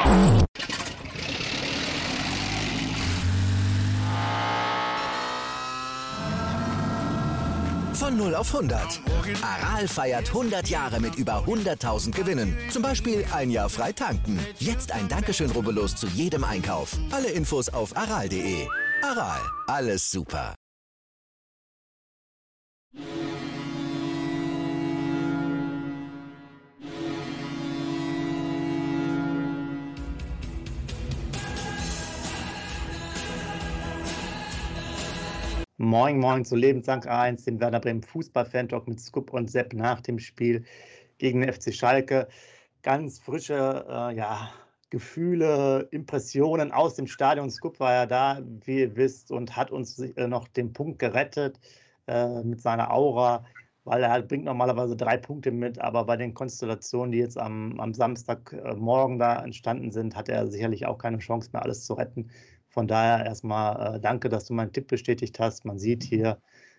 Von 0 auf 100. Aral feiert 100 Jahre mit über 100.000 Gewinnen. Zum Beispiel ein Jahr frei tanken. Jetzt ein Dankeschön, rubbellos zu jedem Einkauf. Alle Infos auf aral.de. Aral, alles super. Moin, moin zu Lebenslang 1, dem Werder Bremen Fußball-Fan-Talk mit Scoop und Sepp nach dem Spiel gegen den FC Schalke. Ganz frische Gefühle, Impressionen aus dem Stadion. Scoop war ja da, wie ihr wisst, und hat uns noch den Punkt gerettet mit seiner Aura, weil er bringt normalerweise 3 Punkte mit, aber bei den Konstellationen, die jetzt am Samstagmorgen da entstanden sind, hat er sicherlich auch keine Chance mehr, alles zu retten. Von daher erstmal danke, dass du meinen Tipp bestätigt hast. Man sieht hier,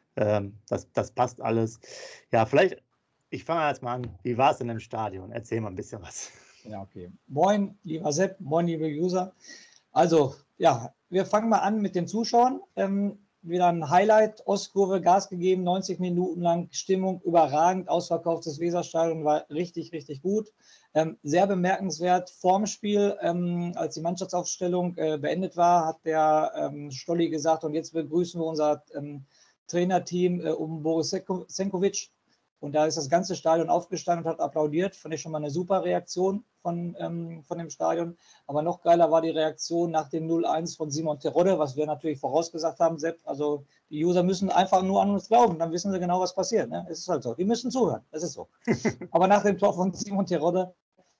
das passt alles. Ja, vielleicht, ich fange jetzt mal an. Wie war es denn im Stadion? Erzähl mal ein bisschen was. Ja, okay. Moin, lieber Sepp, moin, liebe User. Also, ja, wir fangen mal an mit den Zuschauern. Wieder ein Highlight, Ostkurve, Gas gegeben, 90 Minuten lang, Stimmung überragend, ausverkauftes Weserstadion war richtig, richtig gut. Sehr bemerkenswert, vorm Spiel, als die Mannschaftsaufstellung beendet war, hat der Stolli gesagt, und jetzt begrüßen wir unser Trainerteam um Boris Senkovic. Und da ist das ganze Stadion aufgestanden und hat applaudiert. Fand ich schon mal eine super Reaktion von dem Stadion. Aber noch geiler war die Reaktion nach dem 0-1 von Simon Terodde, was wir natürlich vorausgesagt haben, Sepp. Also die User müssen einfach nur an uns glauben, dann wissen sie genau, was passiert. Ne? Es ist halt so. Die müssen zuhören, das ist so. Aber nach dem Tor von Simon Terodde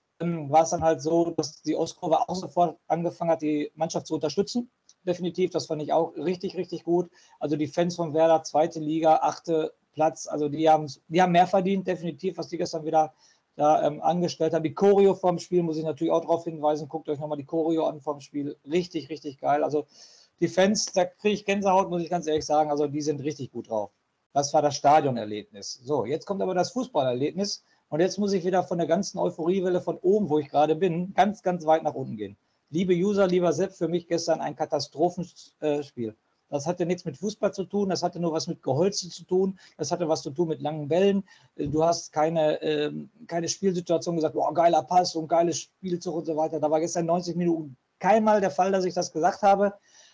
war es dann halt so, dass die Ostkurve auch sofort angefangen hat, die Mannschaft zu unterstützen. Definitiv, das fand ich auch richtig, richtig gut. Also die Fans von Werder, 2. Liga, 8. Platz, also die haben mehr verdient, definitiv, was die gestern wieder da angestellt haben. Die Choreo vorm Spiel, muss ich natürlich auch darauf hinweisen, guckt euch nochmal die Choreo an vorm Spiel, richtig, richtig geil. Also die Fans, da kriege ich Gänsehaut, muss ich ganz ehrlich sagen, also die sind richtig gut drauf. Das war das Stadionerlebnis. So, jetzt kommt aber das Fußballerlebnis und jetzt muss ich wieder von der ganzen Euphoriewelle von oben, wo ich gerade bin, ganz, ganz weit nach unten gehen. Liebe User, lieber Sepp, für mich gestern ein Katastrophenspiel. Das hatte nichts mit Fußball zu tun, das hatte nur was mit Geholze zu tun, das hatte was zu tun mit langen Bällen. Du hast keine Spielsituation gesagt, boah, geiler Pass und geiles Spielzug und so weiter. Da war gestern 90 Minuten keinmal der Fall, dass ich das gesagt habe.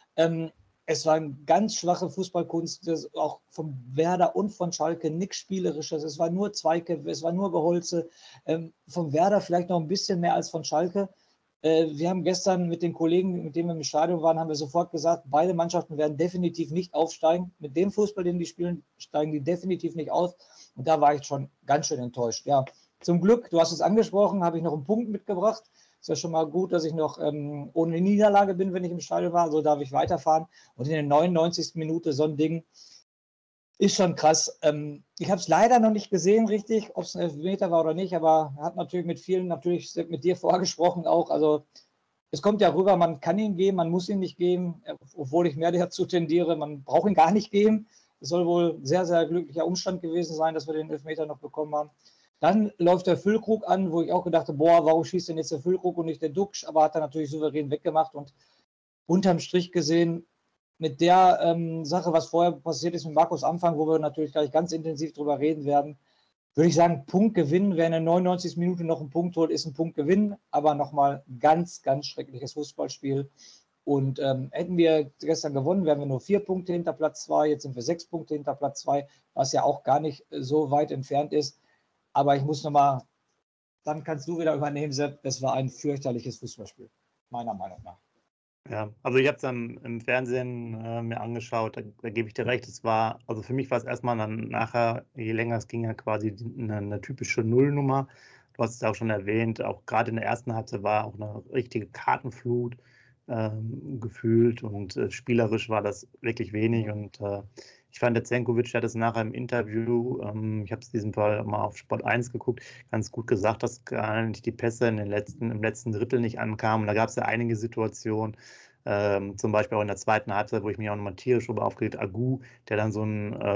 Es war eine ganz schwache Fußballkunst, auch von Werder und von Schalke, nichts Spielerisches. Es war nur Zweikämpfe, es war nur Geholze. Von Werder vielleicht noch ein bisschen mehr als von Schalke. Wir haben gestern mit den Kollegen, mit denen wir im Stadion waren, haben wir sofort gesagt, beide Mannschaften werden definitiv nicht aufsteigen. Mit dem Fußball, den die spielen, steigen die definitiv nicht auf. Und da war ich schon ganz schön enttäuscht. Ja, zum Glück, du hast es angesprochen, habe ich noch einen Punkt mitgebracht. Ist ja schon mal gut, dass ich noch ohne Niederlage bin, wenn ich im Stadion war. So darf ich weiterfahren. Und in der 99. Minute so ein Ding ist schon krass. Ich habe es leider noch nicht gesehen, richtig, ob es ein Elfmeter war oder nicht, aber hat natürlich mit vielen, natürlich mit dir vorgesprochen auch. Also es kommt ja rüber, man kann ihn geben, man muss ihn nicht geben, obwohl ich mehr dazu tendiere, man braucht ihn gar nicht geben. Es soll wohl ein sehr, sehr glücklicher Umstand gewesen sein, dass wir den Elfmeter noch bekommen haben. Dann läuft der Füllkrug an, wo ich auch gedacht habe, boah, warum schießt denn jetzt der Füllkrug und nicht der Duxch? Aber hat er natürlich souverän weggemacht und unterm Strich gesehen, mit der Sache, was vorher passiert ist mit Markus Anfang, wo wir natürlich gleich ganz intensiv drüber reden werden, würde ich sagen, Punktgewinn, wer in der 99. Minute noch einen Punkt holt, ist ein Punktgewinn, aber nochmal ganz, ganz schreckliches Fußballspiel. Und hätten wir gestern gewonnen, wären wir nur 4 Punkte hinter Platz 2, jetzt sind wir 6 Punkte hinter Platz 2, was ja auch gar nicht so weit entfernt ist. Aber ich muss nochmal, dann kannst du wieder übernehmen, Sepp, das war ein fürchterliches Fußballspiel, meiner Meinung nach. Ja, also ich habe es im Fernsehen mir angeschaut, da gebe ich dir recht, also für mich war es erstmal dann nachher, je länger es ging, ja quasi eine typische Nullnummer. Du hast es ja auch schon erwähnt, auch gerade in der ersten Halbzeit war auch eine richtige Kartenflut gefühlt und spielerisch war das wirklich wenig und ich fand, der Zenkovic hat es nachher im Interview, ich habe es in diesem Fall mal auf Sport 1 geguckt, ganz gut gesagt, dass gar nicht die Pässe im letzten Drittel nicht ankamen. Und da gab es ja einige Situationen, zum Beispiel auch in der zweiten Halbzeit, wo ich mich auch nochmal tierisch drüber aufgeregt, Agu, der dann so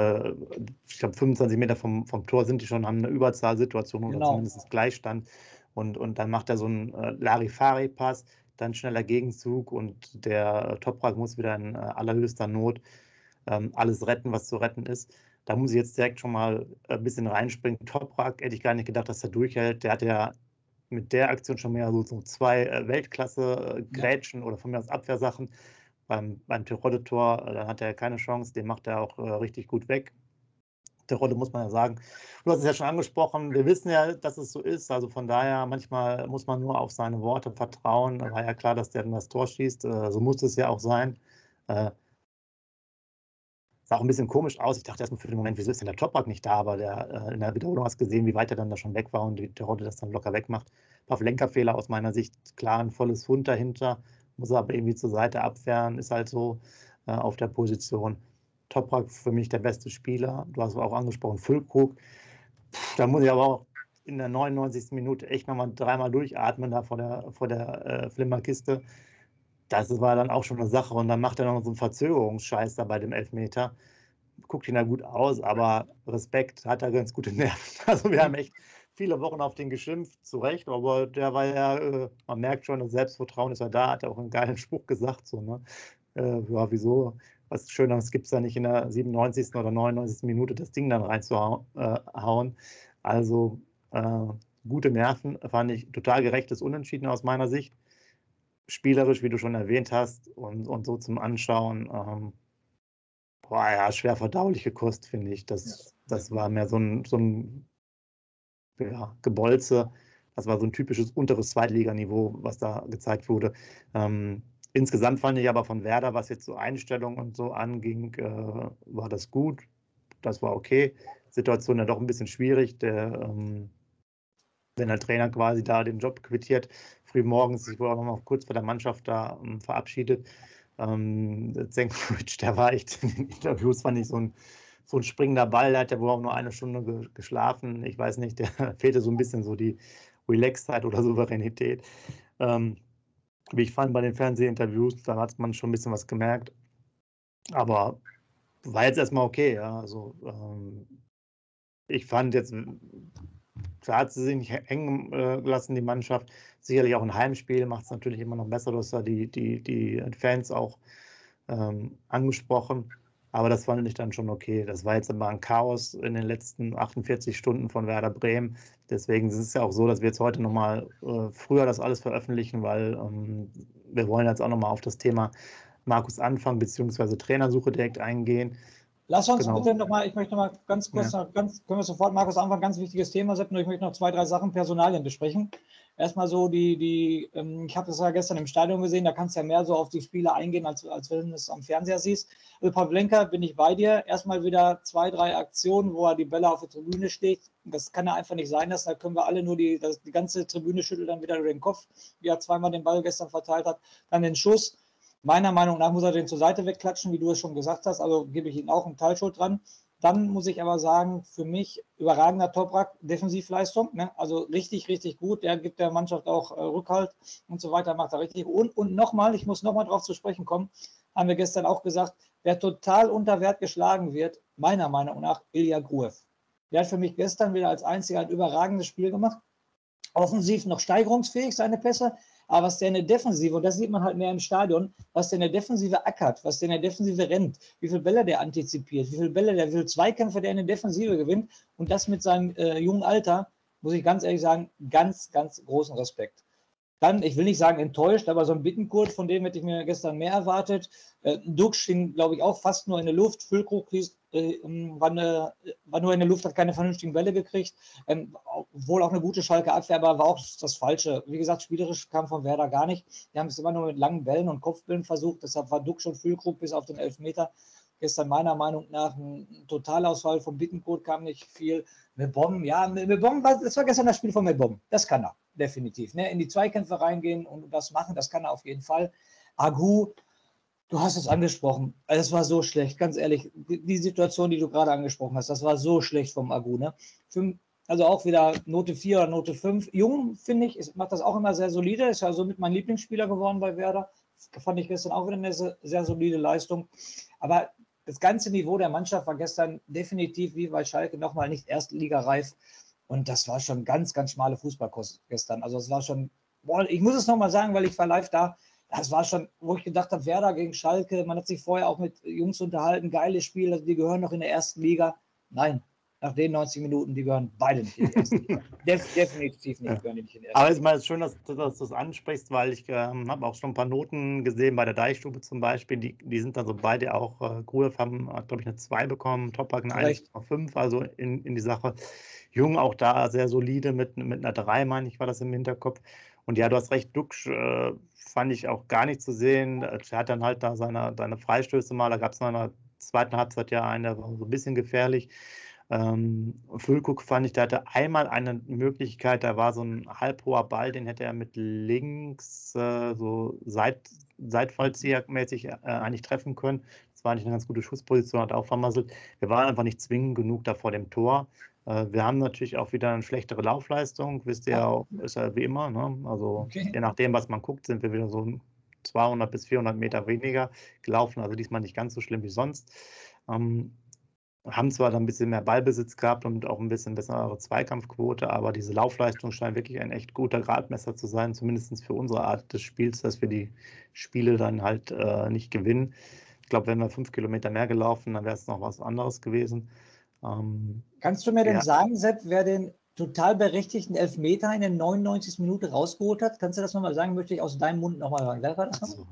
ich glaube 25 Meter vom Tor sind die schon, haben eine Überzahlsituation oder zumindest Gleichstand. und dann macht er so einen Larifari-Pass, dann schneller Gegenzug und der Toprak muss wieder in allerhöchster Not alles retten, was zu retten ist. Da muss ich jetzt direkt schon mal ein bisschen reinspringen. Toprak hätte ich gar nicht gedacht, dass er durchhält. Der hat ja mit der Aktion schon mehr so 2 Weltklasse-Grätschen oder von mir aus Abwehrsachen. Beim Terodde-Tor, dann hat er keine Chance, den macht er auch richtig gut weg. Terodde muss man ja sagen, du hast es ja schon angesprochen, wir wissen ja, dass es so ist, also von daher, manchmal muss man nur auf seine Worte vertrauen. Da war ja klar, dass der dann das Tor schießt, so muss es ja auch sein. Sah auch ein bisschen komisch aus. Ich dachte erstmal für den Moment, wieso ist denn der Toprak nicht da? Aber in der Wiederholung hast du gesehen, wie weit er dann da schon weg war und wie Terodde das dann locker wegmacht. Ein paar Lenkerfehler aus meiner Sicht, klar, ein volles Pfund dahinter, muss er aber irgendwie zur Seite abwehren, ist halt so auf der Position. Toprak für mich der beste Spieler. Du hast auch angesprochen, Füllkrug. Da muss ich aber auch in der 99. Minute echt nochmal 3-mal durchatmen da vor der Flimmerkiste. Das war dann auch schon eine Sache. Und dann macht er noch so einen Verzögerungsscheiß da bei dem Elfmeter. Guckt ihn da gut aus, aber Respekt, hat er ganz gute Nerven. Also wir haben echt viele Wochen auf den geschimpft, zu Recht, aber der war ja, man merkt schon, das Selbstvertrauen ist ja da, hat er auch einen geilen Spruch gesagt, so, ne? Ja, wieso? Was Schöneres gibt es da nicht in der 97. oder 99. Minute, das Ding dann reinzuhauen. Also gute Nerven, fand ich total gerechtes Unentschieden aus meiner Sicht. Spielerisch, wie du schon erwähnt hast, und so zum Anschauen. Ja, schwer verdauliche Kost, finde ich. Das war mehr so ein Gebolze. Das war so ein typisches unteres Zweitliganiveau, was da gezeigt wurde. Insgesamt fand ich aber von Werder, was jetzt so Einstellungen und so anging, war das gut. Das war okay. Situation dann doch ein bisschen schwierig. Wenn der Trainer quasi da den Job quittiert, früh morgens, sich wohl auch noch mal kurz vor der Mannschaft da verabschiedet. Zenkovic, der war echt in den Interviews, fand ich so ein springender Ball, der hat ja wohl auch nur 1 Stunde geschlafen. Ich weiß nicht, der fehlte so ein bisschen so die Relaxedheit oder Souveränität. Wie ich fand bei den Fernsehinterviews, da hat man schon ein bisschen was gemerkt. Aber war jetzt erstmal okay. Ja. Also, ich fand jetzt, da hat sie sich nicht hängen gelassen, die Mannschaft. Sicherlich auch ein Heimspiel macht es natürlich immer noch besser. Du hast ja die Fans auch angesprochen. Aber das fand ich dann schon okay. Das war jetzt immer ein Chaos in den letzten 48 Stunden von Werder Bremen. Deswegen ist es ja auch so, dass wir jetzt heute nochmal früher das alles veröffentlichen, weil wir wollen jetzt auch nochmal auf das Thema Markus Anfang bzw. Trainersuche direkt eingehen. Lass uns bitte nochmal, ich möchte nochmal ganz kurz, können wir sofort, Markus Anfang, ganz wichtiges Thema setzen, ich möchte noch 2, 3 Sachen, Personalien besprechen. Erstmal so ich habe das ja gestern im Stadion gesehen, da kannst du ja mehr so auf die Spiele eingehen, als wenn du es am Fernseher siehst. Also Pavlenka, bin ich bei dir. Erstmal wieder 2, 3 Aktionen, wo er die Bälle auf der Tribüne schlägt. Das kann ja einfach nicht sein lassen. Da können wir alle nur die ganze Tribüne schüttelt dann wieder über den Kopf, wie er zweimal den Ball gestern verteilt hat. Dann den Schuss. Meiner Meinung nach muss er den zur Seite wegklatschen, wie du es schon gesagt hast. Also gebe ich ihm auch einen Teilschuld dran. Dann muss ich aber sagen, für mich überragender Toprak, Defensivleistung. Ne? Also richtig, richtig gut. Der gibt der Mannschaft auch Rückhalt und so weiter, macht er richtig. Und nochmal, ich muss nochmal drauf zu sprechen kommen, haben wir gestern auch gesagt, wer total unter Wert geschlagen wird, meiner Meinung nach, Ilya Gruev. Der hat für mich gestern wieder als einziger ein überragendes Spiel gemacht. Offensiv noch steigerungsfähig, seine Pässe. Aber was der in der Defensive, und das sieht man halt mehr im Stadion, was der in der Defensive ackert, was der in der Defensive rennt, wie viele Bälle der antizipiert, wie viele Zweikämpfe der in der Defensive gewinnt und das mit seinem jungen Alter, muss ich ganz ehrlich sagen, ganz, ganz großen Respekt. Dann, ich will nicht sagen enttäuscht, aber so ein Bittenkurt, von dem hätte ich mir gestern mehr erwartet. Dux hing, glaube ich, auch fast nur in der Luft. Füllkrug war nur in der Luft, hat keine vernünftigen Bälle gekriegt. Wohl auch eine gute Schalke Abwehr, aber war auch das Falsche. Wie gesagt, spielerisch kam von Werder gar nicht. Die haben es immer nur mit langen Bällen und Kopfbällen versucht. Deshalb war Dux und Füllkrug bis auf den Elfmeter gestern meiner Meinung nach ein Totalausfall. Vom Bittenkurt kam nicht viel. Mebom, das war gestern das Spiel von Mebom. Das kann er, definitiv. Ne? In die Zweikämpfe reingehen und das machen, das kann er auf jeden Fall. Agu, du hast es angesprochen. Es war so schlecht, ganz ehrlich. Die Situation, die du gerade angesprochen hast, das war so schlecht vom Agu. Ne? Also auch wieder Note 4 oder Note 5. Jung, finde ich, macht das auch immer sehr solide. Ist ja somit mein Lieblingsspieler geworden bei Werder. Das fand ich gestern auch wieder eine sehr solide Leistung. Aber das ganze Niveau der Mannschaft war gestern definitiv wie bei Schalke nochmal nicht erstligareif. Und das war schon ganz, ganz schmale Fußballkost gestern. Also es war schon, boah, ich muss es nochmal sagen, weil ich war live da. Das war schon, wo ich gedacht habe, Werder gegen Schalke. Man hat sich vorher auch mit Jungs unterhalten, geiles Spiel, also die gehören noch in der ersten Liga. Nein, nach den 90 Minuten, die gehören beide nicht in die erste Liga. Definitiv nicht, gehören die nicht in die erste Liga. Aber es ist mal schön, dass du das ansprichst, weil ich habe auch schon ein paar Noten gesehen bei der Deichstube zum Beispiel. Die sind dann so beide auch, Gruev hat, glaube ich, eine 2 bekommen, Toprak eine 1,5, also in die Sache. Jung auch da sehr solide mit einer 3, meine ich, war das im Hinterkopf. Und ja, du hast recht, Duksch fand ich auch gar nicht zu sehen. Er hat dann halt da seine Freistöße mal, da gab es noch in der zweiten Halbzeit ja einen, der war so ein bisschen gefährlich. Füllkrug fand ich, der hatte einmal eine Möglichkeit, da war so ein halbhoher Ball, den hätte er mit links so Seitfallziehermäßig eigentlich treffen können. Das war nicht eine ganz gute Schussposition, hat auch vermasselt. Wir waren einfach nicht zwingend genug da vor dem Tor. Wir haben natürlich auch wieder eine schlechtere Laufleistung, wisst ihr ja auch, ist ja wie immer. Ne? Also je nachdem, was man guckt, sind wir wieder so 200 bis 400 Meter weniger gelaufen, also diesmal nicht ganz so schlimm wie sonst. Haben zwar dann ein bisschen mehr Ballbesitz gehabt und auch ein bisschen bessere Zweikampfquote, aber diese Laufleistung scheint wirklich ein echt guter Gradmesser zu sein, zumindest für unsere Art des Spiels, dass wir die Spiele dann halt nicht gewinnen. Ich glaube, wenn wir 5 Kilometer mehr gelaufen, dann wäre es noch was anderes gewesen. Kannst du mir denn sagen, Sepp, wer den total berechtigten Elfmeter in der 99. Minute rausgeholt hat? Kannst du das nochmal sagen? Möchte ich aus deinem Mund nochmal hören. Wer war das? Also,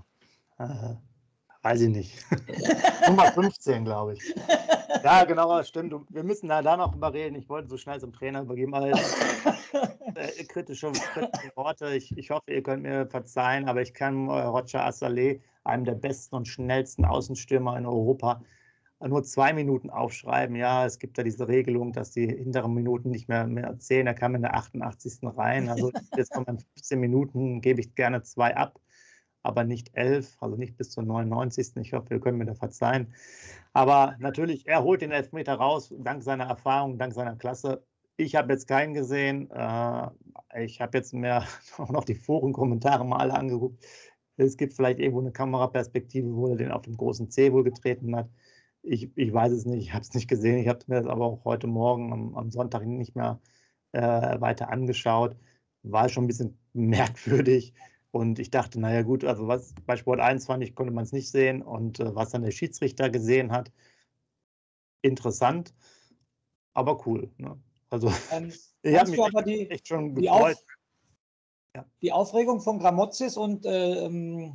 weiß ich nicht. Nummer 15, glaube ich. Ja, genau, stimmt. Wir müssen da noch überreden. Ich wollte so schnell zum Trainer übergeben, aber kritische Worte. Ich hoffe, ihr könnt mir verzeihen, aber ich kann Roger Assalé, einem der besten und schnellsten Außenstürmer in Europa, nur 2 Minuten aufschreiben. Ja, es gibt ja diese Regelung, dass die hinteren Minuten nicht mehr zählen. Er kam in der 88. rein. Also jetzt von meinen 15 Minuten gebe ich gerne 2 ab, aber nicht 11, also nicht bis zur 99. Ich hoffe, ihr könnt mir da verzeihen. Aber natürlich, er holt den Elfmeter raus, dank seiner Erfahrung, dank seiner Klasse. Ich habe jetzt keinen gesehen. Ich habe jetzt mir auch noch die Forenkommentare mal alle angeguckt. Es gibt vielleicht irgendwo eine Kameraperspektive, wo er den auf dem großen C wohl getreten hat. Ich weiß es nicht, ich habe es nicht gesehen. Ich habe mir das aber auch heute Morgen am Sonntag nicht mehr weiter angeschaut. War schon ein bisschen merkwürdig. Und ich dachte, naja gut, also was bei Sport 1 fand ich, konnte man es nicht sehen. Und was dann der Schiedsrichter gesehen hat, interessant, aber cool. Ne? Also ich habe mich aber echt schon gefreut. Die Aufregung von Gramotzis und der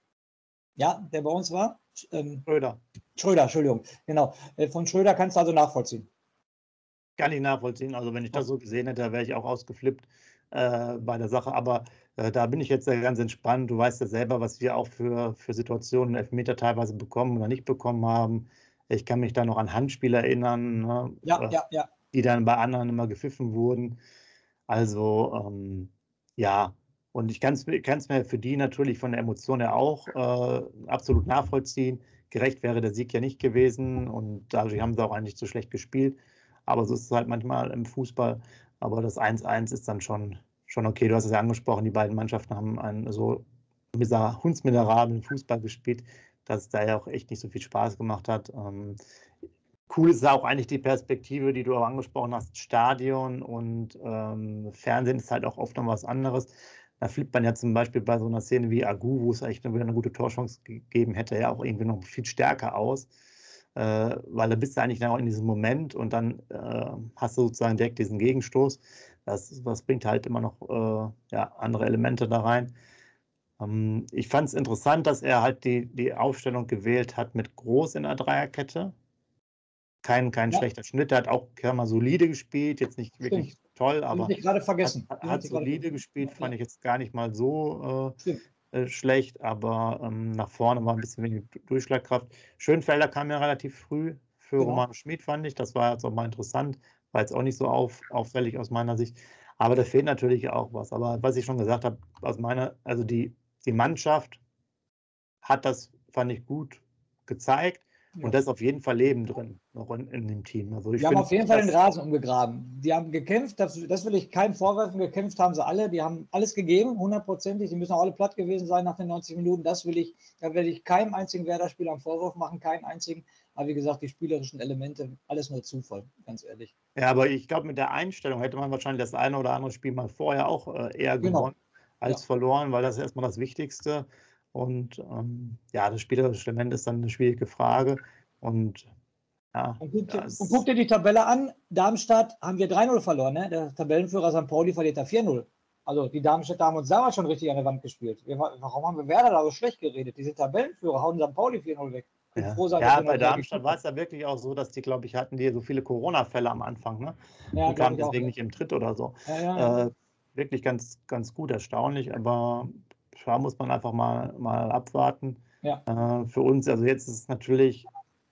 bei uns war? Schröder, Entschuldigung. Genau. Von Schröder kannst du also nachvollziehen. Kann ich nachvollziehen. Also wenn ich das so gesehen hätte, wäre ich auch ausgeflippt bei der Sache. Aber da bin ich jetzt ganz entspannt. Du weißt ja selber, was wir auch für Situationen Elfmeter teilweise bekommen oder nicht bekommen haben. Ich kann mich da noch an Handspiele erinnern, ne? Die dann bei anderen immer gepfiffen wurden. Also ja, und ich kann es mir für die natürlich von der Emotion her auch absolut nachvollziehen. Gerecht wäre der Sieg ja nicht gewesen und dadurch haben sie auch eigentlich zu schlecht gespielt. Aber so ist es halt manchmal im Fußball. Aber das 1:1 ist dann schon okay. Du hast es ja angesprochen, die beiden Mannschaften haben einen so hundsmiserablen Fußball gespielt, dass es da ja auch echt nicht so viel Spaß gemacht hat. Cool ist auch eigentlich die Perspektive, die du auch angesprochen hast. Stadion und Fernsehen ist halt auch oft noch was anderes. Da flippt man ja zum Beispiel bei so einer Szene wie Agu, wo es echt wieder eine gute Torchance gegeben hätte, ja auch irgendwie noch viel stärker aus. Weil da bist du eigentlich auch in diesem Moment und dann hast du sozusagen direkt diesen Gegenstoß. Das bringt halt immer noch andere Elemente da rein. Ich fand es interessant, dass er halt die Aufstellung gewählt hat mit Groß in der Dreierkette. Kein schlechter Schnitt, der hat auch mal solide gespielt, jetzt nicht wirklich toll, aber gerade vergessen. Hat solide gespielt, fand ich jetzt gar nicht mal so schlecht, aber nach vorne war ein bisschen wenig Durchschlagkraft. Schönfelder kam ja relativ früh für Roman Schmid, fand ich, das war jetzt auch mal interessant, war jetzt auch nicht so auffällig aus meiner Sicht, aber da fehlt natürlich auch was, aber was ich schon gesagt habe, also die Mannschaft hat das, fand ich, gut gezeigt. Und da ist auf jeden Fall Leben drin, noch in dem Team. Also Die haben auf jeden Fall den Rasen umgegraben. Die haben gekämpft, das will ich keinem vorwerfen, gekämpft haben sie alle, die haben alles gegeben, 100%ig, die müssen auch alle platt gewesen sein nach den 90 Minuten, da werde ich keinem einzigen Werder-Spieler einen Vorwurf machen, keinen einzigen, aber wie gesagt, die spielerischen Elemente, alles nur Zufall, ganz ehrlich. Ja, aber ich glaube, mit der Einstellung hätte man wahrscheinlich das eine oder andere Spiel mal vorher auch eher gewonnen als verloren, weil das ist erstmal das Wichtigste. Und das spielerische Element ist dann eine schwierige Frage. Und guck dir die Tabelle an. Darmstadt haben wir 3-0 verloren. Ne? Der Tabellenführer St. Pauli verliert da 4-0. Also die Darmstädter haben uns damals schon richtig an der Wand gespielt. Warum haben wir Werder da so schlecht geredet? Die sind Tabellenführer, hauen St. Pauli 4-0 weg. Bei Darmstadt war es ja wirklich auch so, dass die, glaube ich, hatten die so viele Corona-Fälle am Anfang. Ne? Und kamen deswegen nicht im Tritt oder so. Wirklich ganz, ganz gut, erstaunlich. Aber da muss man einfach mal abwarten. Ja. Für uns, also jetzt ist es natürlich,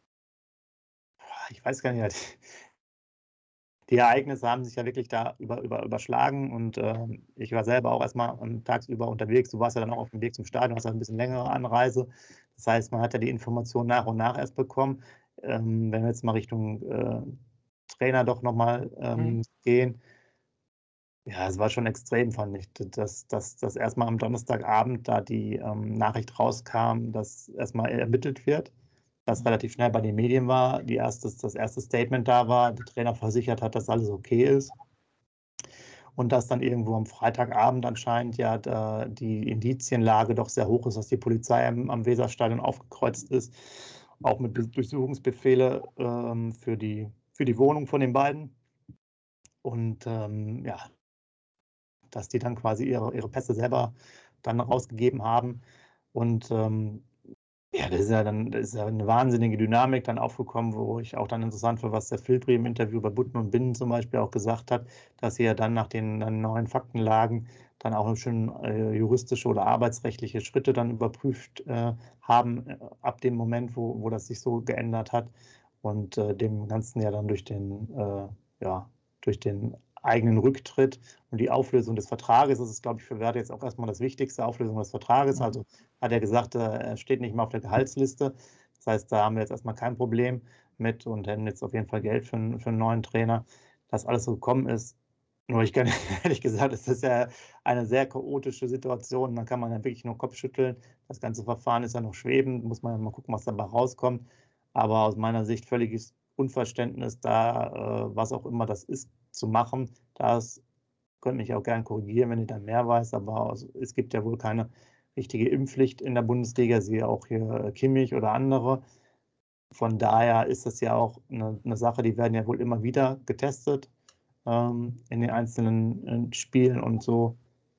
ich weiß gar nicht, die Ereignisse haben sich ja wirklich da überschlagen und ich war selber auch erstmal tagsüber unterwegs. Du warst ja dann auch auf dem Weg zum Stadion, hast ja ein bisschen längere Anreise. Das heißt, man hat ja die Informationen nach und nach erst bekommen. Wenn wir jetzt mal Richtung Trainer doch nochmal gehen, ja, es war schon extrem, fand ich, dass erstmal am Donnerstagabend da die Nachricht rauskam, dass erstmal ermittelt wird, dass relativ schnell bei den Medien war, das erste Statement da war, der Trainer versichert hat, dass alles okay ist und dass dann irgendwo am Freitagabend anscheinend ja die Indizienlage doch sehr hoch ist, dass die Polizei am Weserstadion aufgekreuzt ist, auch mit Durchsuchungsbefehle für die Wohnung von den beiden und dass die dann quasi ihre Pässe selber dann rausgegeben haben. Und das ist ja eine wahnsinnige Dynamik dann aufgekommen, wo ich auch dann interessant war, was der Filtri im Interview bei Butten und Binnen zum Beispiel auch gesagt hat, dass sie ja dann nach den neuen Faktenlagen dann auch schon juristische oder arbeitsrechtliche Schritte dann überprüft haben, ab dem Moment, wo das sich so geändert hat und dem Ganzen ja dann durch den eigenen Rücktritt und die Auflösung des Vertrages. Das ist, glaube ich, für Werder jetzt auch erstmal das Wichtigste, Auflösung des Vertrages. Also hat er gesagt, er steht nicht mehr auf der Gehaltsliste. Das heißt, da haben wir jetzt erstmal kein Problem mit und hätten jetzt auf jeden Fall Geld für einen neuen Trainer. Dass alles so gekommen ist. Nur ich kann ehrlich gesagt, es ist ja eine sehr chaotische Situation. Da kann man ja wirklich nur Kopf schütteln. Das ganze Verfahren ist ja noch schwebend. Muss man ja mal gucken, was dabei rauskommt. Aber aus meiner Sicht völliges Unverständnis, da was auch immer das ist, zu machen. Das könnt mich auch gerne korrigieren, wenn ihr da mehr weiß, aber es gibt ja wohl keine richtige Impfpflicht in der Bundesliga, siehe auch hier Kimmich oder andere. Von daher ist das ja auch eine Sache, die werden ja wohl immer wieder getestet in den einzelnen Spielen und so.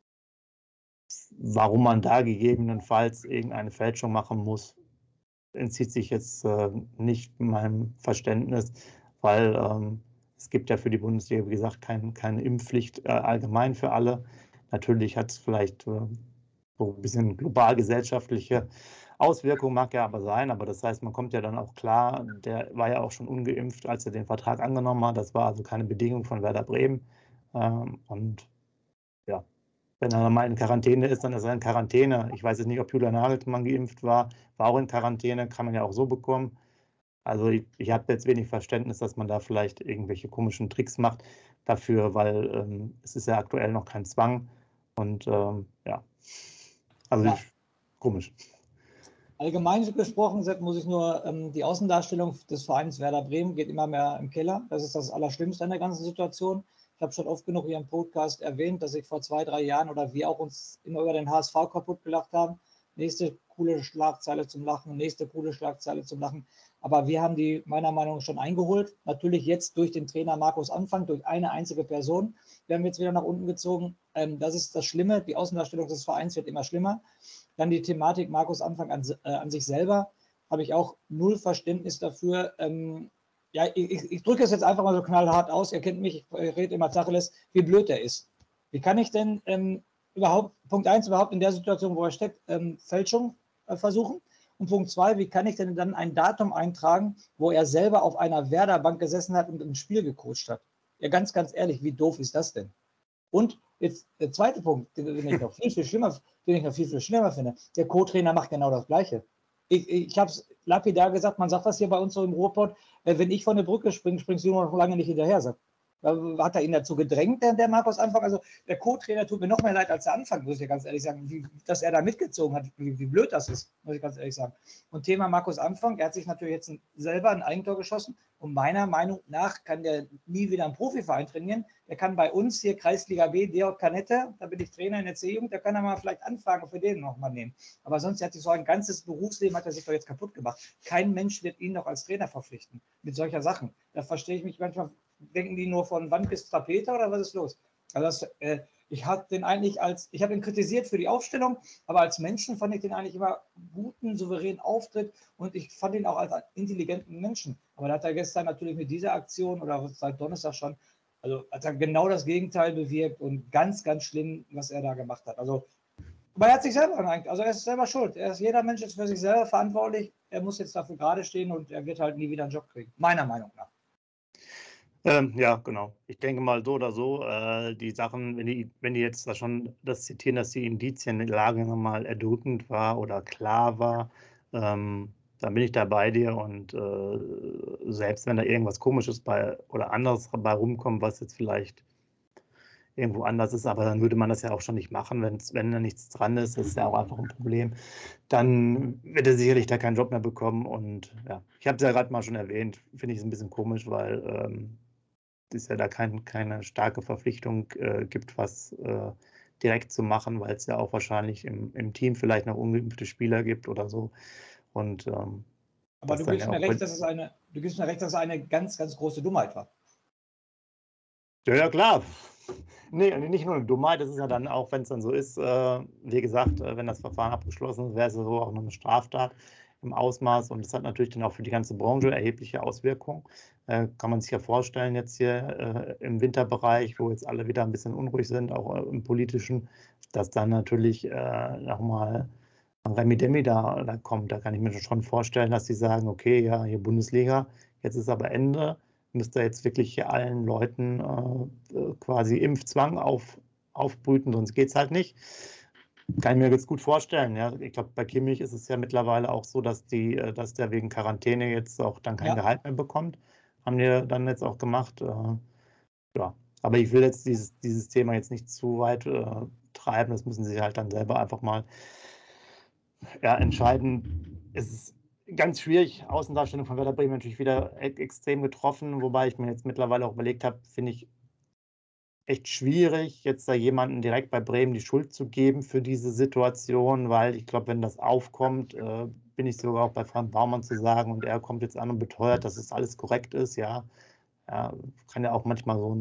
Warum man da gegebenenfalls irgendeine Fälschung machen muss, entzieht sich jetzt nicht meinem Verständnis, weil es gibt ja für die Bundesliga, wie gesagt, keine Impfpflicht allgemein für alle. Natürlich hat es vielleicht so ein bisschen global gesellschaftliche Auswirkungen, mag ja aber sein, aber das heißt, man kommt ja dann auch klar, der war ja auch schon ungeimpft, als er den Vertrag angenommen hat. Das war also keine Bedingung von Werder Bremen. Und ja, wenn er mal in Quarantäne ist, dann ist er in Quarantäne. Ich weiß jetzt nicht, ob Julian Nagelsmann geimpft war auch in Quarantäne, kann man ja auch so bekommen. Also ich habe jetzt wenig Verständnis, dass man da vielleicht irgendwelche komischen Tricks macht dafür, weil es ist ja aktuell noch kein Zwang. Und komisch. Allgemein gesprochen, muss ich nur, die Außendarstellung des Vereins Werder Bremen geht immer mehr im Keller. Das ist das Allerschlimmste an der ganzen Situation. Ich habe schon oft genug hier im Podcast erwähnt, dass ich vor 2-3 Jahren oder wir auch uns immer über den HSV kaputt gelacht haben. Nächste coole Schlagzeile zum Lachen, nächste coole Schlagzeile zum Lachen. Aber wir haben die meiner Meinung nach schon eingeholt. Natürlich jetzt durch den Trainer Markus Anfang, durch eine einzige Person werden wir jetzt wieder nach unten gezogen. Das ist das Schlimme. Die Außendarstellung des Vereins wird immer schlimmer. Dann die Thematik Markus Anfang an sich selber. Habe ich auch null Verständnis dafür. Ich drücke es jetzt einfach mal so knallhart aus. Ihr kennt mich, ich rede immer Tacheles, wie blöd er ist. Wie kann ich denn Punkt 1 überhaupt in der Situation, wo er steckt, Fälschung versuchen? Und Punkt 2, wie kann ich denn dann ein Datum eintragen, wo er selber auf einer Werder-Bank gesessen hat und ein Spiel gecoacht hat? Ja, ganz, ganz ehrlich, wie doof ist das denn? Und jetzt der zweite Punkt, den ich noch viel, viel schlimmer finde. Der Co-Trainer macht genau das Gleiche. Ich habe es lapidar gesagt, man sagt das hier bei uns so im Ruhrpott, wenn ich von der Brücke springe, springst du noch lange nicht hinterher. Hat er ihn dazu gedrängt, der Markus Anfang? Also der Co-Trainer tut mir noch mehr leid als der Anfang, muss ich ganz ehrlich sagen, dass er da mitgezogen hat, wie blöd das ist, muss ich ganz ehrlich sagen. Und Thema Markus Anfang, er hat sich natürlich jetzt selber ein Eigentor geschossen und meiner Meinung nach kann der nie wieder einen Profiverein trainieren. Der kann bei uns hier Kreisliga B, Georg Canette, da bin ich Trainer in der C-Jugend, da kann er mal vielleicht anfragen, für den nochmal nehmen. Aber sonst hat sich so ein ganzes Berufsleben, hat er sich doch jetzt kaputt gemacht. Kein Mensch wird ihn noch als Trainer verpflichten mit solcher Sachen. Da verstehe ich mich manchmal. Denken die nur von Wand bis Tapete oder was ist los? Also ich habe ihn kritisiert für die Aufstellung, aber als Menschen fand ich den eigentlich immer guten, souveränen Auftritt und ich fand ihn auch als intelligenten Menschen. Aber da hat er gestern natürlich mit dieser Aktion oder seit Donnerstag schon, also hat er genau das Gegenteil bewirkt und ganz, ganz schlimm, was er da gemacht hat. Also, aber er hat sich selber eigentlich, also er ist selber schuld. Jeder Mensch ist für sich selber verantwortlich. Er muss jetzt dafür gerade stehen und er wird halt nie wieder einen Job kriegen, meiner Meinung nach. Ja, genau. Ich denke mal so oder so, die Sachen, wenn die jetzt da schon das zitieren, dass die Indizienlage nochmal erdrückend war oder klar war, dann bin ich da bei dir und selbst wenn da irgendwas Komisches oder anderes bei rumkommt, was jetzt vielleicht irgendwo anders ist, aber dann würde man das ja auch schon nicht machen, wenn da nichts dran ist, das ist ja auch einfach ein Problem, dann wird er sicherlich da keinen Job mehr bekommen und ja, ich habe es ja gerade mal schon erwähnt, finde ich es ein bisschen komisch, weil es ja da keine starke Verpflichtung gibt, was direkt zu machen, weil es ja auch wahrscheinlich im Team vielleicht noch ungeimpfte Spieler gibt oder so. Und, aber du gibst mir recht, dass es eine ganz, ganz große Dummheit war. Ja, klar. Nee, nicht nur eine Dummheit, das ist ja dann auch, wenn es dann so ist, wie gesagt, wenn das Verfahren abgeschlossen ist, wäre es so auch noch eine Straftat im Ausmaß und das hat natürlich dann auch für die ganze Branche erhebliche Auswirkungen. Kann man sich ja vorstellen, jetzt hier im Winterbereich, wo jetzt alle wieder ein bisschen unruhig sind, auch im Politischen, dass dann natürlich nochmal ein Remi-Demi da kommt. Da kann ich mir schon vorstellen, dass sie sagen, okay, ja, hier Bundesliga, jetzt ist aber Ende, müsst ihr jetzt wirklich hier allen Leuten quasi Impfzwang aufbrüten, sonst geht es halt nicht. Kann ich mir jetzt gut vorstellen. Ja. Ich glaube, bei Kimmich ist es ja mittlerweile auch so, dass der wegen Quarantäne jetzt auch dann kein Gehalt mehr bekommt. Haben die dann jetzt auch gemacht. Ja, aber ich will jetzt dieses Thema jetzt nicht zu weit treiben. Das müssen sie halt dann selber einfach mal entscheiden. Es ist ganz schwierig. Außendarstellung von Werder Bremen natürlich wieder extrem getroffen, wobei ich mir jetzt mittlerweile auch überlegt habe, finde ich echt schwierig, jetzt da jemanden direkt bei Bremen die Schuld zu geben für diese Situation, weil ich glaube, wenn das aufkommt, bin ich sogar auch bei Frank Baumann zu sagen und er kommt jetzt an und beteuert, dass es alles korrekt ist, ja. Kann ja auch manchmal so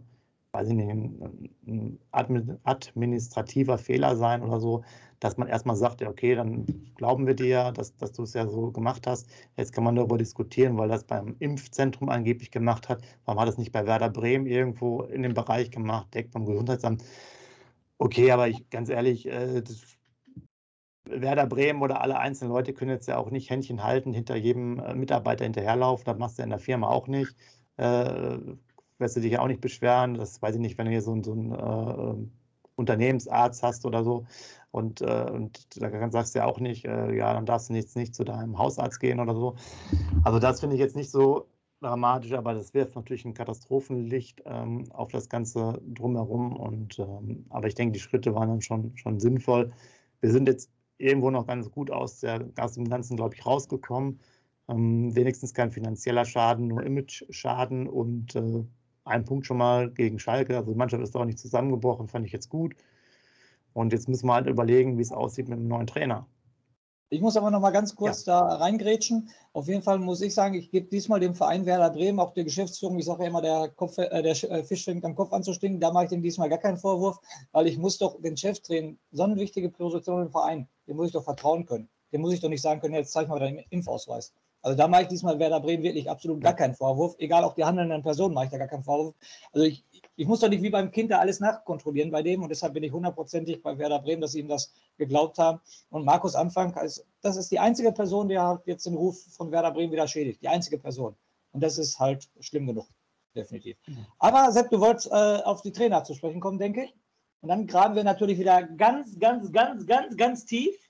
ein administrativer Fehler sein oder so, dass man erstmal sagt, ja, okay, dann glauben wir dir, dass du es ja so gemacht hast. Jetzt kann man darüber diskutieren, weil das beim Impfzentrum angeblich gemacht hat. Warum hat es nicht bei Werder Bremen irgendwo in dem Bereich gemacht, direkt beim Gesundheitsamt? Okay, aber ganz ehrlich, Werder Bremen oder alle einzelnen Leute können jetzt ja auch nicht Händchen halten, hinter jedem Mitarbeiter hinterherlaufen. Das machst du in der Firma auch nicht. Wirst du dich ja auch nicht beschweren. Das weiß ich nicht, wenn du hier so einen Unternehmensarzt hast oder so. Und da sagst du ja auch nicht, ja, dann darfst du jetzt nicht zu deinem Hausarzt gehen oder so. Also das finde ich jetzt nicht so dramatisch, aber das wirft natürlich ein Katastrophenlicht auf das Ganze drumherum. Aber ich denke, die Schritte waren dann schon sinnvoll. Wir sind jetzt irgendwo noch ganz gut aus dem Ganzen, glaube ich, rausgekommen. Wenigstens kein finanzieller Schaden, nur Image-Schaden und ein Punkt schon mal gegen Schalke. Also die Mannschaft ist auch nicht zusammengebrochen, fand ich jetzt gut. Und jetzt müssen wir halt überlegen, wie es aussieht mit dem neuen Trainer. Ich muss aber noch mal ganz kurz da reingrätschen. Auf jeden Fall muss ich sagen, ich gebe diesmal dem Verein Werder Bremen, auch der Geschäftsführung, ich sage ja immer, der Fisch fängt am Kopf an zu stinken, da mache ich dem diesmal gar keinen Vorwurf, weil ich muss doch den Chef drehen, so eine wichtige Position im Verein, dem muss ich doch vertrauen können. Dem muss ich doch nicht sagen können, jetzt zeig mal deinen Impfausweis. Also da mache ich diesmal Werder Bremen wirklich absolut gar keinen Vorwurf. Egal, auch die handelnden Personen mache ich da gar keinen Vorwurf. Also ich muss doch nicht wie beim Kind da alles nachkontrollieren bei dem und deshalb bin ich hundertprozentig bei Werder Bremen, dass sie ihm das geglaubt haben. Und Markus Anfang, das ist die einzige Person, die hat jetzt den Ruf von Werder Bremen wieder schädigt. Die einzige Person. Und das ist halt schlimm genug, definitiv. Aber Sepp, du wolltest auf die Trainer zu sprechen kommen, denke ich. Und dann graben wir natürlich wieder ganz tief.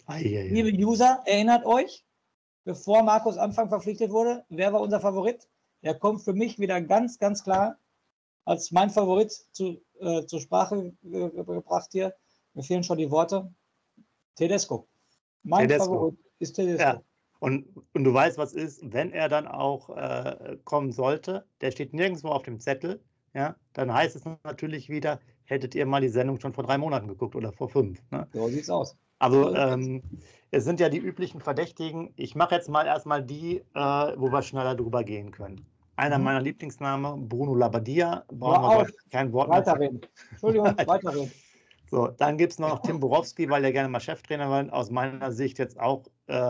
Liebe User, erinnert euch, bevor Markus Anfang verpflichtet wurde, wer war unser Favorit? Der kommt für mich wieder ganz, ganz klar als mein Favorit zur Sprache gebracht hier. Mir fehlen schon die Worte. Tedesco. Mein Favorit ist Tedesco. Ja. Und du weißt, was ist, wenn er dann auch kommen sollte, der steht nirgendwo auf dem Zettel, ja, dann heißt es natürlich wieder, hättet ihr mal die Sendung schon vor 3 Monaten geguckt oder vor 5. Ne? So sieht's aus. Also es sind ja die üblichen Verdächtigen. Ich mache jetzt mal erstmal die, wo wir schneller drüber gehen können. Einer meiner Lieblingsnamen, Bruno Labbadia. Brauchen wir kein Wort mehr. Weiterreden. Entschuldigung, weiterreden. So, dann gibt es noch Tim Borowski, weil der gerne mal Cheftrainer war. Aus meiner Sicht jetzt auch,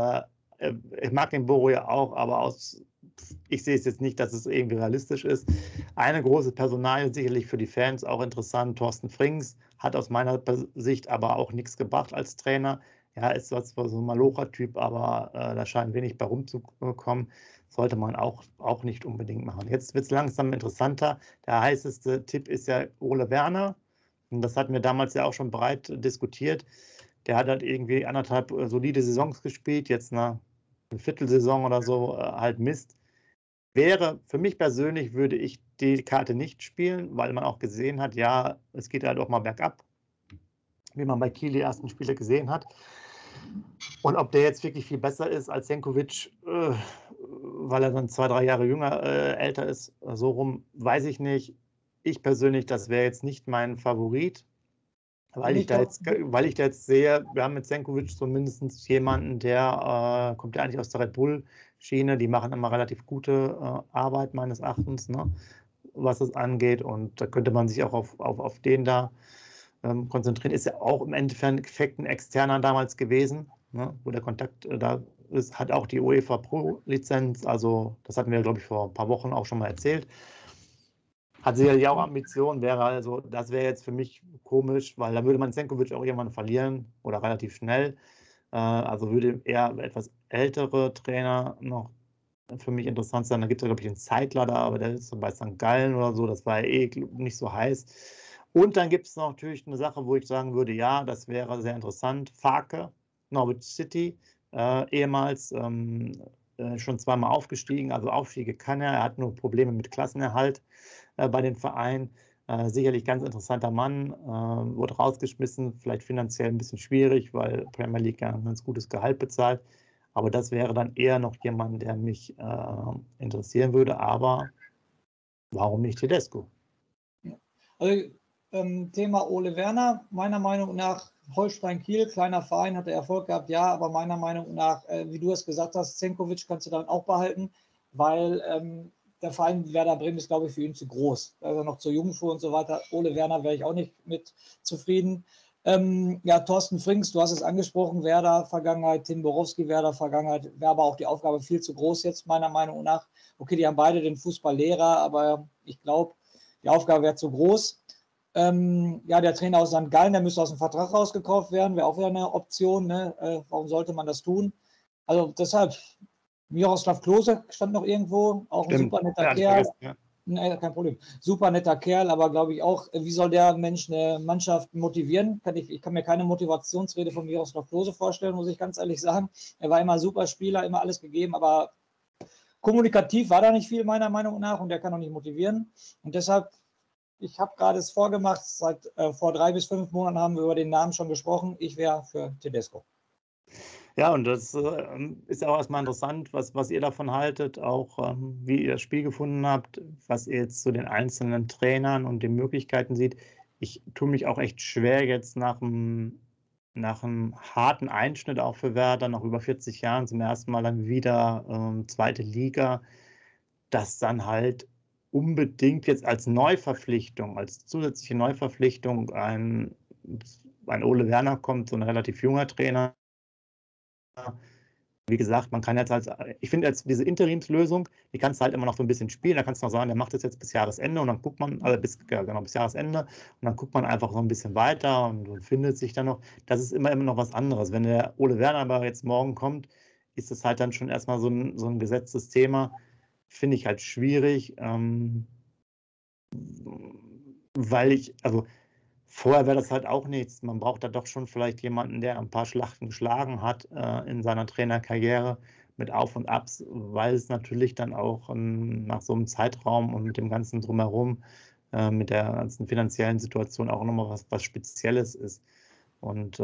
ich mag den Boro ja auch, aber ich sehe es jetzt nicht, dass es irgendwie realistisch ist. Eine große Personalie, sicherlich für die Fans auch interessant, Thorsten Frings, hat aus meiner Sicht aber auch nichts gebracht als Trainer. Ja, ist zwar so ein Malocher-Typ, aber da scheint wenig bei rumzukommen. Sollte man auch nicht unbedingt machen. Jetzt wird es langsam interessanter. Der heißeste Tipp ist ja Ole Werner. Und das hatten wir damals ja auch schon breit diskutiert. Der hat halt irgendwie 1,5 solide Saisons gespielt, jetzt eine Viertelsaison oder so halt Mist. Für mich persönlich würde ich die Karte nicht spielen, weil man auch gesehen hat, ja, es geht halt auch mal bergab, wie man bei Kiel die ersten Spiele gesehen hat. Und ob der jetzt wirklich viel besser ist als Senkovic, weil er dann 2-3 Jahre älter ist, so rum, weiß ich nicht. Ich persönlich, das wäre jetzt nicht mein Favorit, weil ich da jetzt sehe, wir haben mit Senkovic so mindestens jemanden, der kommt ja eigentlich aus der Red Bull-Schiene, die machen immer relativ gute Arbeit meines Erachtens, ne, was es angeht, und da könnte man sich auch auf den da konzentrieren. Ist ja auch im Endeffekt ein Externer damals gewesen, ne, wo der Kontakt da ist, hat auch die UEFA Pro-Lizenz, also das hatten wir, glaube ich, vor ein paar Wochen auch schon mal erzählt. Hat sicherlich auch Ambitionen, das wäre jetzt für mich komisch, weil da würde man Senkovic auch irgendwann verlieren oder relativ schnell. Also würde eher etwas ältere Trainer noch für mich interessant sein. Da gibt es, glaube ich, einen Zeitler da, aber der ist so bei St. Gallen oder so, das war ja nicht so heiß. Und dann gibt es natürlich eine Sache, wo ich sagen würde, ja, das wäre sehr interessant. Farke, Norwich City, ehemals schon zweimal aufgestiegen, also Aufstiege kann er hat nur Probleme mit Klassenerhalt bei den Vereinen. Sicherlich ganz interessanter Mann, wurde rausgeschmissen, vielleicht finanziell ein bisschen schwierig, weil Premier League ja ein ganz gutes Gehalt bezahlt. Aber das wäre dann eher noch jemand, der mich interessieren würde. Aber warum nicht Tedesco? Also Thema Ole Werner, meiner Meinung nach Holstein Kiel, kleiner Verein, hat er Erfolg gehabt, ja, aber meiner Meinung nach, wie du es gesagt hast, Senkovic kannst du dann auch behalten, weil der Verein Werder Bremen ist, glaube ich, für ihn zu groß. Da ist er noch zu jung für und so weiter. Ole Werner wäre ich auch nicht mit zufrieden. Ja, Thorsten Frings, du hast es angesprochen, Werder Vergangenheit, Tim Borowski, Werder Vergangenheit, wäre aber auch die Aufgabe viel zu groß jetzt, meiner Meinung nach. Okay, die haben beide den Fußballlehrer, aber ich glaube, die Aufgabe wäre zu groß. Ja, der Trainer aus St. Gallen, der müsste aus dem Vertrag rausgekauft werden, wäre auch wieder eine Option. Ne? Warum sollte man das tun? Also deshalb, Miroslav Klose stand noch irgendwo, auch ein super netter Kerl. Ja. Nee, kein Problem. Super netter Kerl, aber glaube ich auch, wie soll der Mensch eine Mannschaft motivieren? Ich kann mir keine Motivationsrede von Miroslav Klose vorstellen, muss ich ganz ehrlich sagen. Er war immer super Spieler, immer alles gegeben, aber kommunikativ war da nicht viel, meiner Meinung nach, und der kann auch nicht motivieren. Und deshalb, ich habe gerade es vorgemacht, vor 3 bis 5 Monaten haben wir über den Namen schon gesprochen. Ich wäre für Tedesco. Ja, und das ist auch erstmal interessant, was ihr davon haltet, auch wie ihr das Spiel gefunden habt, was ihr jetzt zu den einzelnen Trainern und den Möglichkeiten seht. Ich tue mich auch echt schwer jetzt nach einem harten Einschnitt auch für Werder, nach über 40 Jahren zum ersten Mal dann wieder zweite Liga, dass dann halt unbedingt jetzt als Neuverpflichtung, als zusätzliche Neuverpflichtung ein Ole Werner kommt, so ein relativ junger Trainer. Wie gesagt, man kann ich finde jetzt diese Interimslösung, die kannst du halt immer noch so ein bisschen spielen, da kannst du noch sagen, der macht das jetzt bis Jahresende und dann guckt man, bis Jahresende, und dann guckt man einfach so ein bisschen weiter und findet sich dann noch. Das ist immer noch was anderes. Wenn der Ole Werner aber jetzt morgen kommt, ist es halt dann schon erstmal so ein gesetztes Thema. Finde ich halt schwierig, weil vorher wäre das halt auch nichts. Man braucht da doch schon vielleicht jemanden, der ein paar Schlachten geschlagen hat in seiner Trainerkarriere mit Auf und Abs, weil es natürlich dann auch nach so einem Zeitraum und mit dem ganzen Drumherum, mit der ganzen finanziellen Situation auch nochmal was Spezielles ist. Und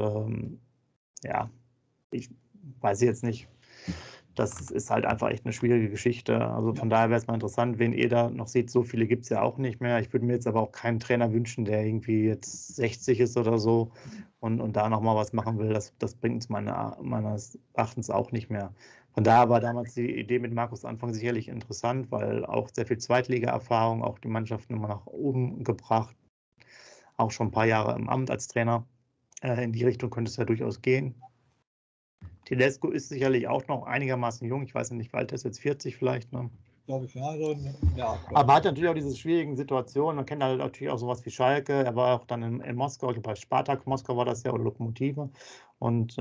ja, ich weiß jetzt nicht. Das ist halt einfach echt eine schwierige Geschichte. Also von daher wäre es mal interessant, wen ihr da noch seht. So viele gibt es ja auch nicht mehr. Ich würde mir jetzt aber auch keinen Trainer wünschen, der irgendwie jetzt 60 ist oder so und da nochmal was machen will. Das bringt uns meines Erachtens auch nicht mehr. Von daher war damals die Idee mit Markus Anfang sicherlich interessant, weil auch sehr viel Zweitliga-Erfahrung, auch die Mannschaften immer nach oben gebracht. Auch schon ein paar Jahre im Amt als Trainer. In die Richtung könnte es ja durchaus gehen. Tedesco ist sicherlich auch noch einigermaßen jung. Ich weiß nicht, wie alt er ist, jetzt 40 vielleicht. Ne? Glaube ich, ja. Aber hat natürlich auch diese schwierigen Situationen. Man kennt halt natürlich auch sowas wie Schalke. Er war auch dann in Moskau, ich glaube bei Spartak Moskau war das ja, oder Lokomotive. Und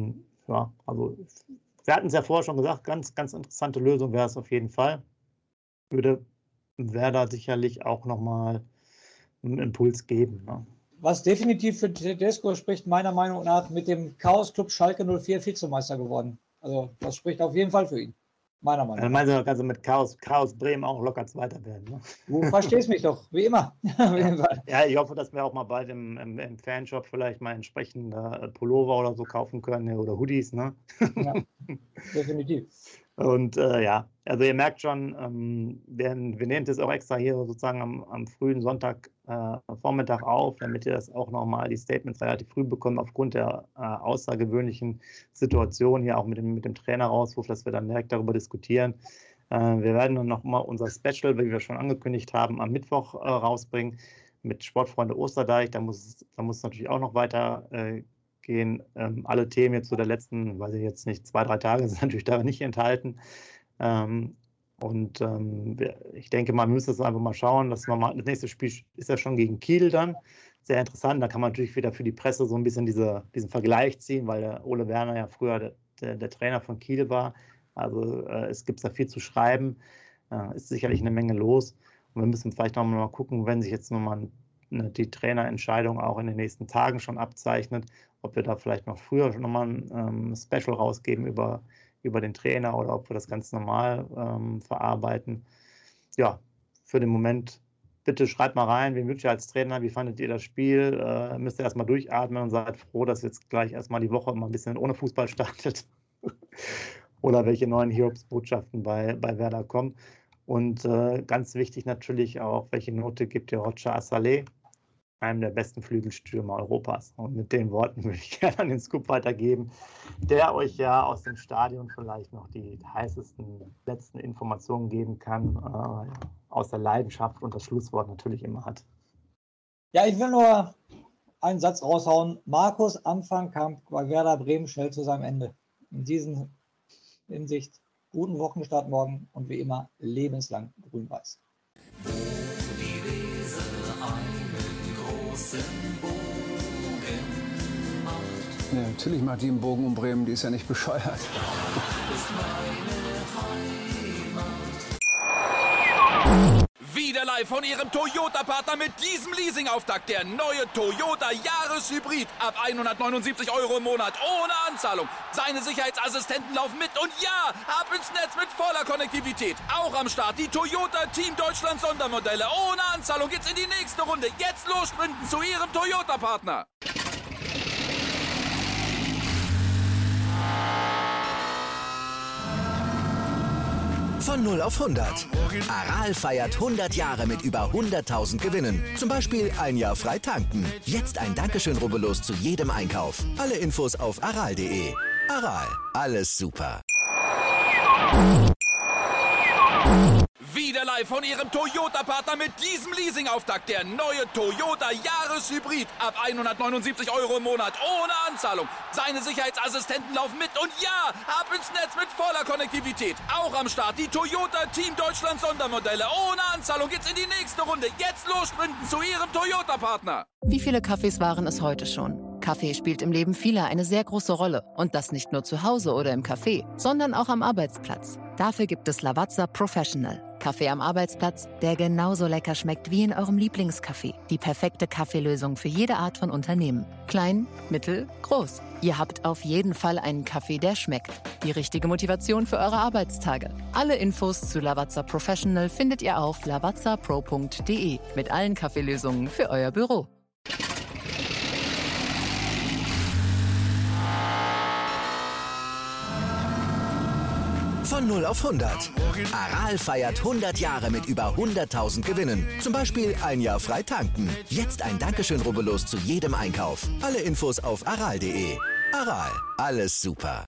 also wir hatten es ja vorher schon gesagt, ganz, ganz interessante Lösung wäre es auf jeden Fall. Würde Werder sicherlich auch nochmal einen Impuls geben. Ne? Was definitiv für Tedesco spricht, meiner Meinung nach, mit dem Chaos-Club Schalke 04 Vizemeister geworden. Also das spricht auf jeden Fall für ihn, meiner Meinung nach. Meinst du, kannst du mit Chaos Bremen auch locker Zweiter werden? Ne? Du verstehst mich doch, wie immer. Ja, ich hoffe, dass wir auch mal bald im Fanshop vielleicht mal entsprechende Pullover oder so kaufen können oder Hoodies. Ne? Ja, definitiv. Und also ihr merkt schon, wir nehmen das auch extra hier sozusagen am frühen Sonntagvormittag auf, damit ihr das auch nochmal die Statements relativ früh bekommt, aufgrund der außergewöhnlichen Situation hier auch mit dem Trainerausruf, dass wir dann direkt darüber diskutieren. Wir werden dann nochmal unser Special, wie wir schon angekündigt haben, am Mittwoch rausbringen mit Sportfreunde Osterdeich. Da muss natürlich auch noch weiter gehen. Alle Themen jetzt so der letzten, weiß ich jetzt nicht, 2-3 Tage sind natürlich da nicht enthalten. Ich denke mal, wir müssen das einfach mal schauen, dass das nächste Spiel ist ja schon gegen Kiel dann. Sehr interessant. Da kann man natürlich wieder für die Presse so ein bisschen diesen Vergleich ziehen, weil der Ole Werner ja früher der Trainer von Kiel war. Also es gibt da viel zu schreiben. Ist sicherlich eine Menge los. Und wir müssen vielleicht noch mal gucken, wenn sich jetzt nochmal die Trainerentscheidung auch in den nächsten Tagen schon abzeichnet, ob wir da vielleicht noch früher schon nochmal ein Special rausgeben über den Trainer oder ob wir das ganz normal verarbeiten. Ja, für den Moment, bitte schreibt mal rein, wen wünscht ihr als Trainer, wie fandet ihr das Spiel? Müsst ihr erstmal durchatmen und seid froh, dass jetzt gleich erstmal die Woche mal ein bisschen ohne Fußball startet. Oder welche neuen Hiobsbotschaften bei Werder kommen. Und ganz wichtig natürlich auch, welche Note gibt ihr Roger Assalé, einem der besten Flügelstürmer Europas. Und mit den Worten würde ich gerne an den Scoop weitergeben, der euch ja aus dem Stadion vielleicht noch die heißesten letzten Informationen geben kann, aus der Leidenschaft und das Schlusswort natürlich immer hat. Ja, ich will nur einen Satz raushauen. Markus Anfang kam bei Werder Bremen schnell zu seinem Ende. In dieser Hinsicht guten Wochenstart morgen und wie immer lebenslang grün-weiß. Ja, natürlich macht die einen Bogen um Bremen, die ist ja nicht bescheuert. Wieder live von Ihrem Toyota-Partner mit diesem Leasing-Auftakt. Der neue Toyota Jahreshybrid. Ab 179 € im Monat. Ohne Anzahlung. Seine Sicherheitsassistenten laufen mit. Und ja, ab ins Netz mit voller Konnektivität. Auch am Start die Toyota Team Deutschland Sondermodelle. Ohne Anzahlung geht's in die nächste Runde. Jetzt los sprinten zu Ihrem Toyota-Partner. Von 0 auf 100. Aral feiert 100 Jahre mit über 100.000 Gewinnen. Zum Beispiel ein Jahr frei tanken. Jetzt ein Dankeschön, rubbellos zu jedem Einkauf. Alle Infos auf aral.de. Aral, alles super. Wieder live von Ihrem Toyota-Partner mit diesem Leasing-Auftakt. Der neue Toyota Jahreshybrid. Ab 179 € im Monat. Ohne Anzahlung. Seine Sicherheitsassistenten laufen mit. Und ja, ab ins Netz mit voller Konnektivität. Auch am Start die Toyota Team Deutschland Sondermodelle. Ohne Anzahlung geht's in die nächste Runde. Jetzt los sprinten zu Ihrem Toyota-Partner. Wie viele Kaffees waren es heute schon? Kaffee spielt im Leben vieler eine sehr große Rolle. Und das nicht nur zu Hause oder im Café, sondern auch am Arbeitsplatz. Dafür gibt es Lavazza Professional. Kaffee am Arbeitsplatz, der genauso lecker schmeckt wie in eurem Lieblingscafé. Die perfekte Kaffeelösung für jede Art von Unternehmen. Klein, mittel, groß. Ihr habt auf jeden Fall einen Kaffee, der schmeckt. Die richtige Motivation für eure Arbeitstage. Alle Infos zu Lavazza Professional findet ihr auf lavazzapro.de mit allen Kaffeelösungen für euer Büro. Von 0 auf 100. Aral feiert 100 Jahre mit über 100.000 Gewinnen. Zum Beispiel ein Jahr frei tanken. Jetzt ein Dankeschön, rubbellos zu jedem Einkauf. Alle Infos auf aral.de. Aral, alles super.